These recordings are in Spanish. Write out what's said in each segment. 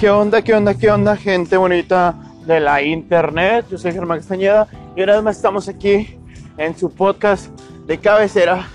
¿Qué onda, gente bonita de la internet? Yo soy Germán Castañeda y una vez más estamos aquí en su podcast de cabecera.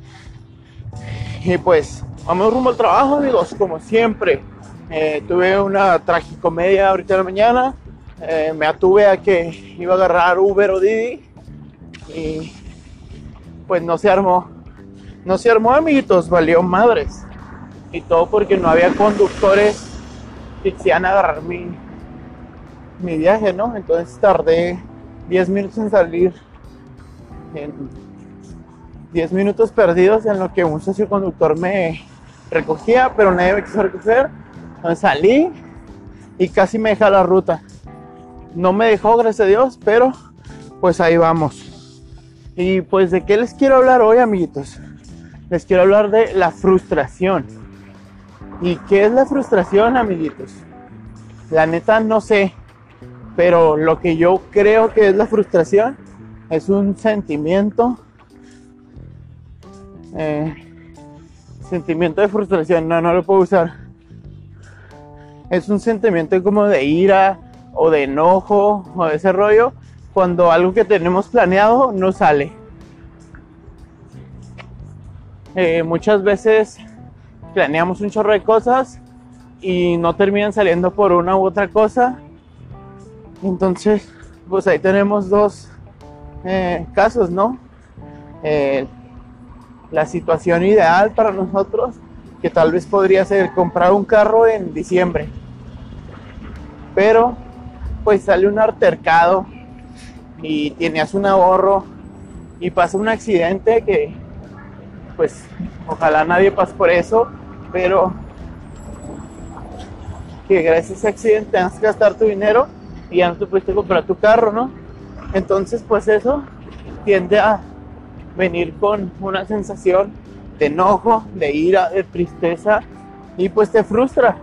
Y pues, vamos rumbo al trabajo, amigos, como siempre. Tuve una tragicomedia ahorita en la mañana. Me atuve a que iba a agarrar Uber o Didi y pues no se armó, amiguitos, valió madres. Y todo porque no había conductores que quisieran agarrar mi viaje, ¿no? Entonces tardé 10 minutos en salir, en 10 minutos perdidos en lo que un socioconductor me recogía, pero nadie me quiso recoger. Entonces salí y casi me deja la ruta. No me dejó, gracias a Dios, pero pues ahí vamos. Y pues, ¿de qué les quiero hablar hoy, amiguitos? Les quiero hablar de la frustración. ¿Y qué es la frustración, amiguitos? La neta no sé, pero lo que yo creo que es la frustración es un sentimiento de frustración. No lo puedo usar. Es un sentimiento como de ira o de enojo o de ese rollo cuando algo que tenemos planeado no sale. Muchas veces planeamos un chorro de cosas y no terminan saliendo por una u otra cosa. Entonces, pues ahí tenemos dos casos, ¿no? La situación ideal para nosotros, que tal vez podría ser comprar un carro en diciembre, pero pues sale un altercado y tenías un ahorro y pasa un accidente que pues ojalá nadie pase por eso, pero que gracias a ese accidente tengas que gastar tu dinero y ya no te pudiste comprar tu carro, ¿no? Entonces pues eso tiende a venir con una sensación de enojo, de ira, de tristeza y pues te frustra.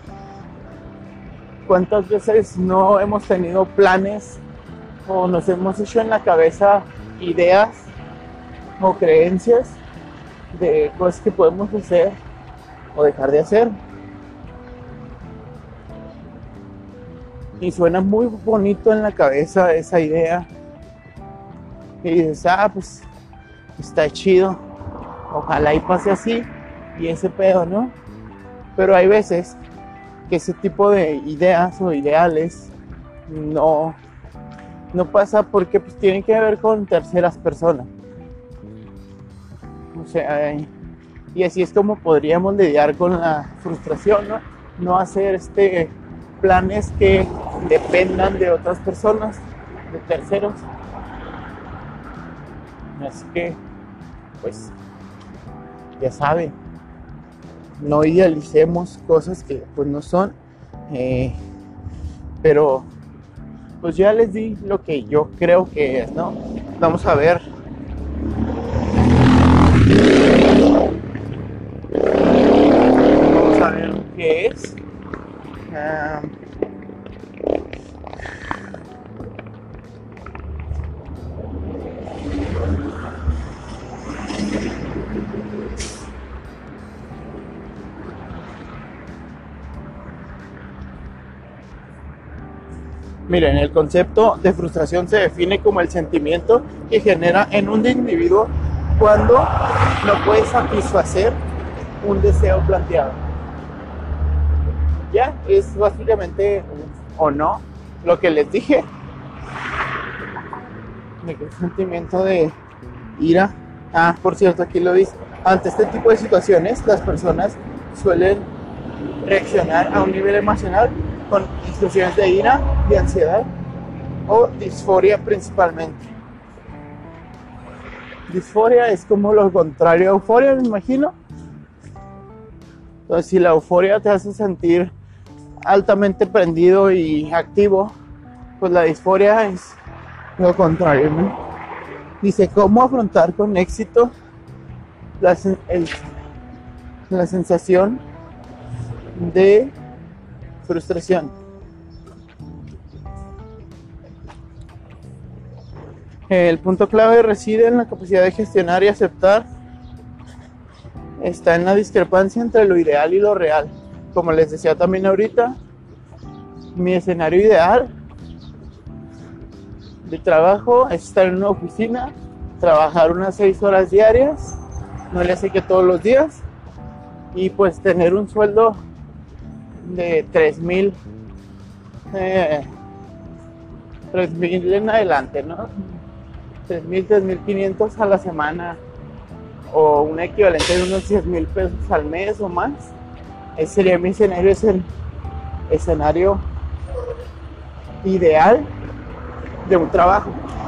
¿Cuántas veces no hemos tenido planes o nos hemos hecho en la cabeza ideas o creencias de cosas que podemos hacer o dejar de hacer? Y suena muy bonito en la cabeza esa idea. Y dices, pues está chido. Ojalá y pase así. Y ese pedo, ¿no? Pero hay veces que ese tipo de ideas o ideales no pasa porque pues tienen que ver con terceras personas. O sea, y así es como podríamos lidiar con la frustración, ¿no? No hacer planes que dependan de otras personas, de terceros. Así que, pues, ya saben, no idealicemos cosas que pues no son, pero pues ya les di lo que yo creo que es, ¿no? Vamos a ver. Vamos a ver qué es. Miren, el concepto de frustración se define como el sentimiento que genera en un individuo cuando no puede satisfacer un deseo planteado. Ya, es básicamente o no lo que les dije, de que el sentimiento de ira. Por cierto, aquí lo dice. Ante este tipo de situaciones, las personas suelen reaccionar a un nivel emocional con expresiones de ira, de ansiedad o disforia principalmente. Disforia es como lo contrario a euforia, me imagino. Entonces, si la euforia te hace sentir altamente prendido y activo, pues la disforia es lo contrario, ¿no? Dice, ¿cómo afrontar con éxito la sensación de frustración? El punto clave reside en la capacidad de gestionar y aceptar. Está en la discrepancia entre lo ideal y lo real. Como les decía también ahorita, Mi escenario ideal de trabajo es estar en una oficina, trabajar unas 6 horas diarias, no le hace que todos los días, y pues tener un sueldo de 3,000 en adelante, ¿no? 3,000, 3,500 a la semana, o un equivalente de unos 10,000 pesos al mes o más. Ese sería mi escenario, es el escenario ideal de un trabajo.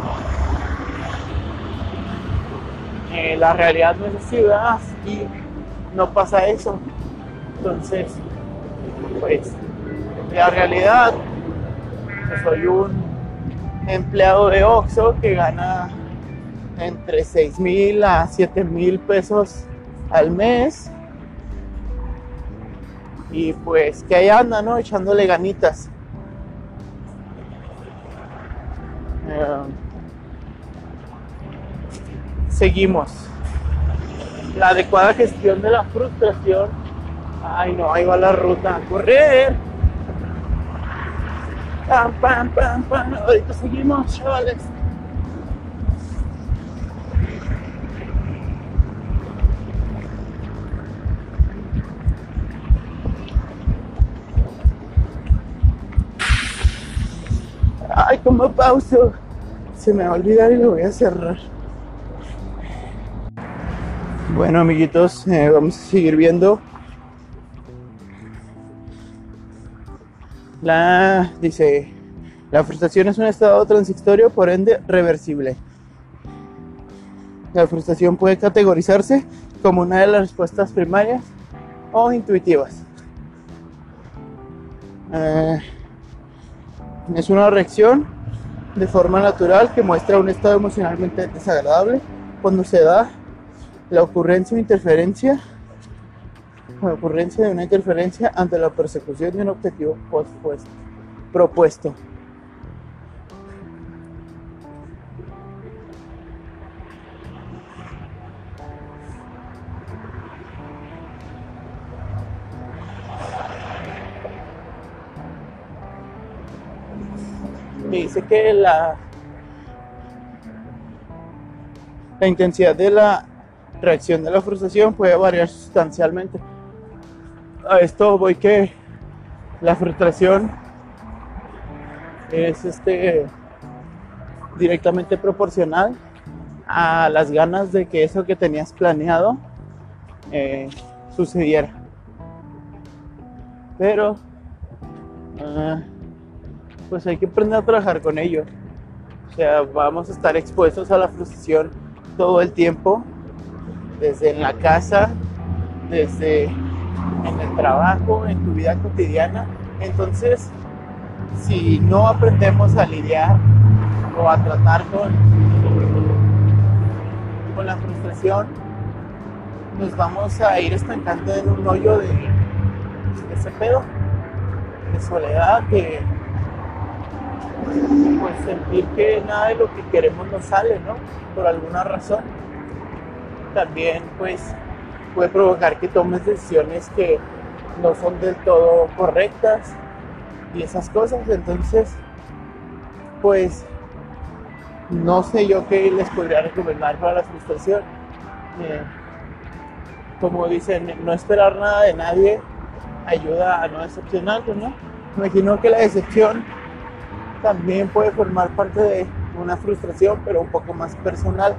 La realidad no es así, ¿verdad? Y no pasa eso. Entonces, pues, la realidad, pues, soy un empleado de Oxxo que gana entre 6,000 a 7,000 pesos al mes. Y pues que ahí anda, ¿no? Echándole ganitas. Seguimos. La adecuada gestión de la frustración. Ay, no, ahí va la ruta a correr. Pam, pam, pam, pam. Ahorita seguimos, chavales. Ay, como pauso. Se me va a olvidar y lo voy a cerrar. Bueno, amiguitos, vamos a seguir viendo. Dice, la frustración es un estado transitorio, por ende reversible. La frustración puede categorizarse como una de las respuestas primarias o intuitivas. Es una reacción de forma natural que muestra un estado emocionalmente desagradable cuando se da la ocurrencia de una interferencia ante la persecución de un objetivo propuesto. Me dice que la intensidad de la reacción de la frustración puede variar sustancialmente. A esto voy que la frustración es directamente proporcional a las ganas de que eso que tenías planeado sucediera. Pero pues hay que aprender a trabajar con ello. O sea, vamos a estar expuestos a la frustración todo el tiempo, desde en la casa, desde en el trabajo, en tu vida cotidiana. Entonces, si no aprendemos a lidiar o a tratar con la frustración, nos vamos a ir estancando en un hoyo de ese pedo, de soledad, que pues sentir que nada de lo que queremos nos sale, ¿no? Por alguna razón. También pues puede provocar que tomes decisiones que no son del todo correctas y esas cosas. Entonces pues no sé yo qué les podría recomendar para la frustración. Como dicen, no esperar nada de nadie ayuda a no decepcionarte, ¿no? Imagino que la decepción también puede formar parte de una frustración, pero un poco más personal.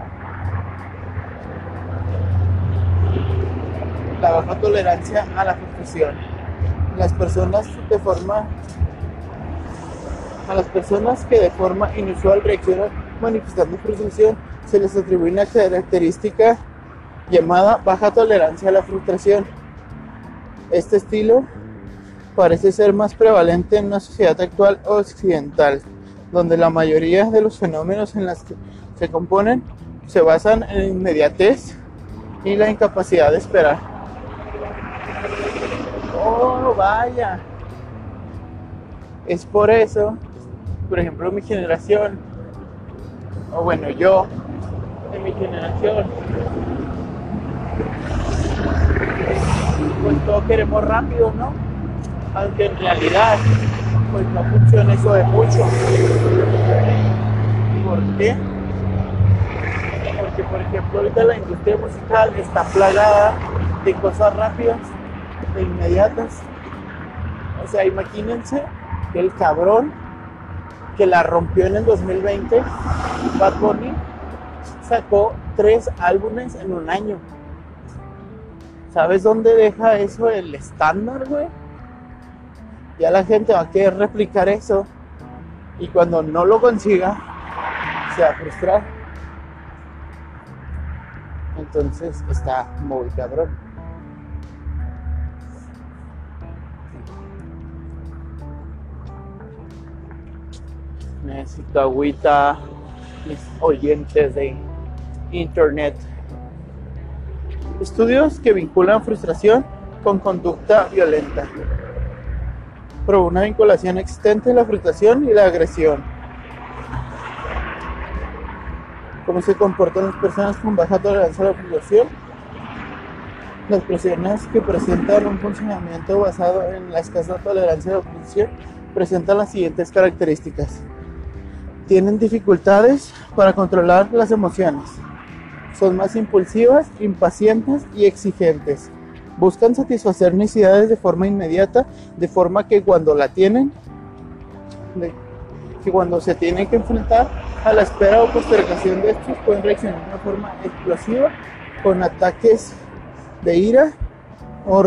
La baja tolerancia a la frustración. A las personas que de forma inusual reaccionan manifestando frustración, se les atribuye una característica llamada baja tolerancia a la frustración. Este estilo parece ser más prevalente en una sociedad actual occidental, donde la mayoría de los fenómenos en los que se componen se basan en la inmediatez y la incapacidad de esperar. Oh, vaya. Es por eso, por ejemplo, mi generación, o bueno, yo, de mi generación, pues todo queremos rápido, ¿no? Aunque en realidad pues no funciona eso de mucho. ¿Por qué? Porque, por ejemplo, ahorita la industria musical está plagada de cosas rápidas, de inmediatas. O sea, imagínense que el cabrón que la rompió en el 2020, Bad Bunny, sacó 3 álbumes en un año. ¿Sabes dónde deja eso el estándar, güey? Ya la gente va a querer replicar eso y cuando no lo consiga se va a frustrar. Entonces está muy cabrón. Necesito agüita, mis oyentes de internet. Estudios que vinculan frustración con conducta violenta. Probó una vinculación existente de la frustración y la agresión. ¿Cómo se comportan las personas con baja tolerancia a la frustración? Las personas que presentan un funcionamiento basado en la escasa tolerancia a la frustración presentan las siguientes características. Tienen dificultades para controlar las emociones. Son más impulsivas, impacientes y exigentes. Buscan satisfacer necesidades de forma inmediata, de forma que cuando se tienen que enfrentar a la espera o postergación de estos, pueden reaccionar de una forma explosiva, con ataques de ira o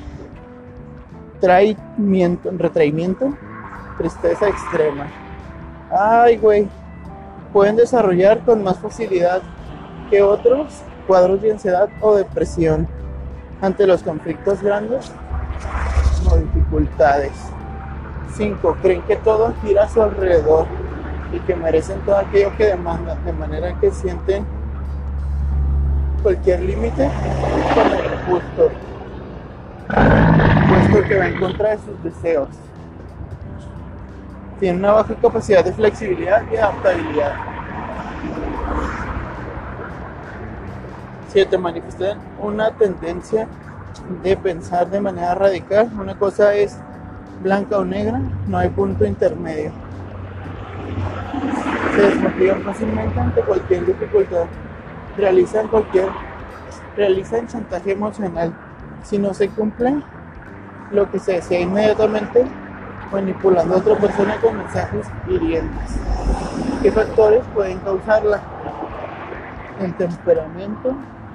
retraimiento, tristeza extrema. Ay, güey. Pueden desarrollar con más facilidad que otros cuadros de ansiedad o depresión ante los conflictos grandes o dificultades. 5. Creen que todo gira a su alrededor y que merecen todo aquello que demandan, de manera que sienten cualquier límite como injusto, puesto que va en contra de sus deseos. Tienen una baja capacidad de flexibilidad y adaptabilidad. 7. Manifiestan una tendencia de pensar de manera radical. Una cosa es blanca o negra, no hay punto intermedio. Se desmotivan fácilmente ante cualquier dificultad. Realizan chantaje emocional. Si no se cumple lo que se desea inmediatamente, manipulando a otra persona con mensajes hirientes. ¿Qué factores pueden causarla? El temperamento,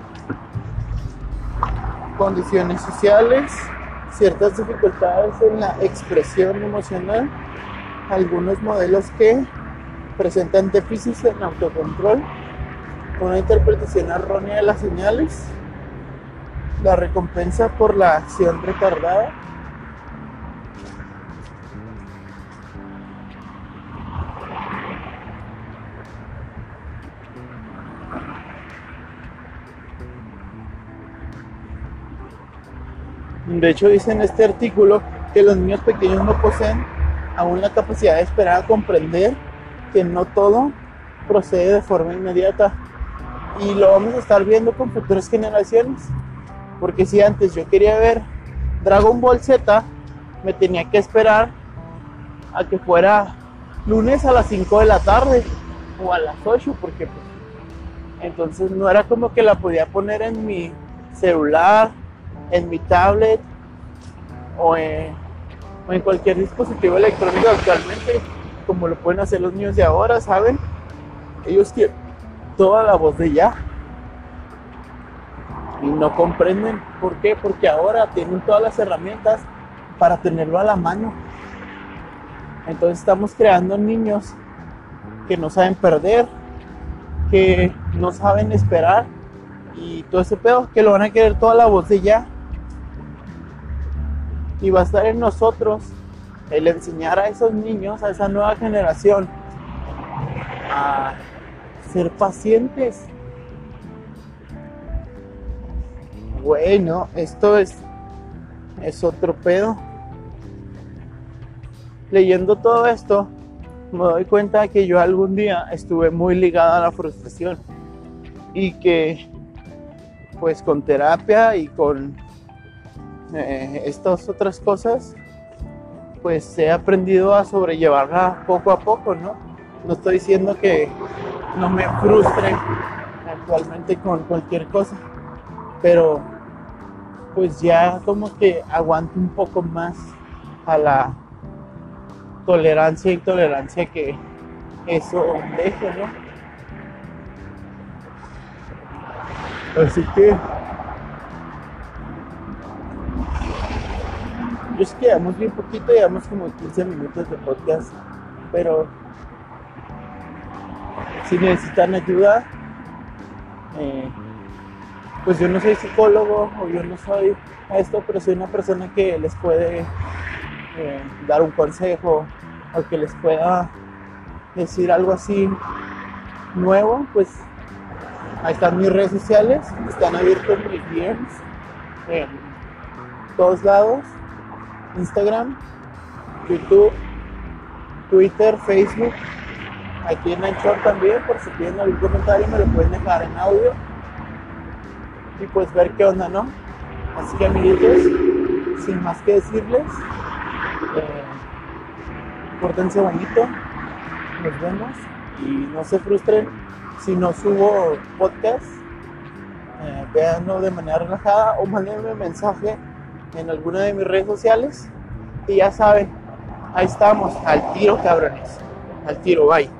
condiciones sociales, ciertas dificultades en la expresión emocional, algunos modelos que presentan déficits en autocontrol, una interpretación errónea de las señales, la recompensa por la acción retardada, de hecho dice en este artículo que los niños pequeños no poseen aún la capacidad de esperar a comprender que no todo procede de forma inmediata, y lo vamos a estar viendo con futuras generaciones, porque si antes yo quería ver Dragon Ball Z, me tenía que esperar a que fuera lunes a las 5 de la tarde o a las 8, porque pues, entonces no era como que la podía poner en mi celular, en mi tablet o en cualquier dispositivo electrónico actualmente, como lo pueden hacer los niños de ahora, ¿saben? Ellos tienen toda la voz de ya y no comprenden. ¿Por qué? Porque ahora tienen todas las herramientas para tenerlo a la mano. Entonces estamos creando niños que no saben perder, que no saben esperar y todo ese pedo, que lo van a querer toda la voz de ya. Y va a estar en nosotros el enseñar a esos niños, a esa nueva generación, a ser pacientes. Bueno, esto es otro pedo. Leyendo todo esto, me doy cuenta de que yo algún día estuve muy ligado a la frustración y que pues con terapia y con estas otras cosas pues he aprendido a sobrellevarla poco a poco, ¿no? No estoy diciendo que no me frustre actualmente con cualquier cosa, pero pues ya como que aguanto un poco más a la tolerancia e intolerancia que eso deje, ¿no? Así que yo sé que llevamos bien poquito, llevamos como 15 minutos de podcast, pero si necesitan ayuda, pues yo no soy psicólogo o yo no soy esto, pero soy una persona que les puede dar un consejo o que les pueda decir algo así nuevo. Pues ahí están mis redes sociales, están abiertos mis DMs en todos lados: Instagram, YouTube, Twitter, Facebook. Aquí en Anchor también, por si tienen algún comentario me lo pueden dejar en audio y pues ver qué onda, ¿no? Así que, amiguitos, sin más que decirles, pórtense bonito, nos vemos y no se frustren si no subo podcast. Véanlo de manera relajada o mándenme un mensaje en alguna de mis redes sociales y ya saben, ahí estamos, al tiro, cabrones, al tiro, bye.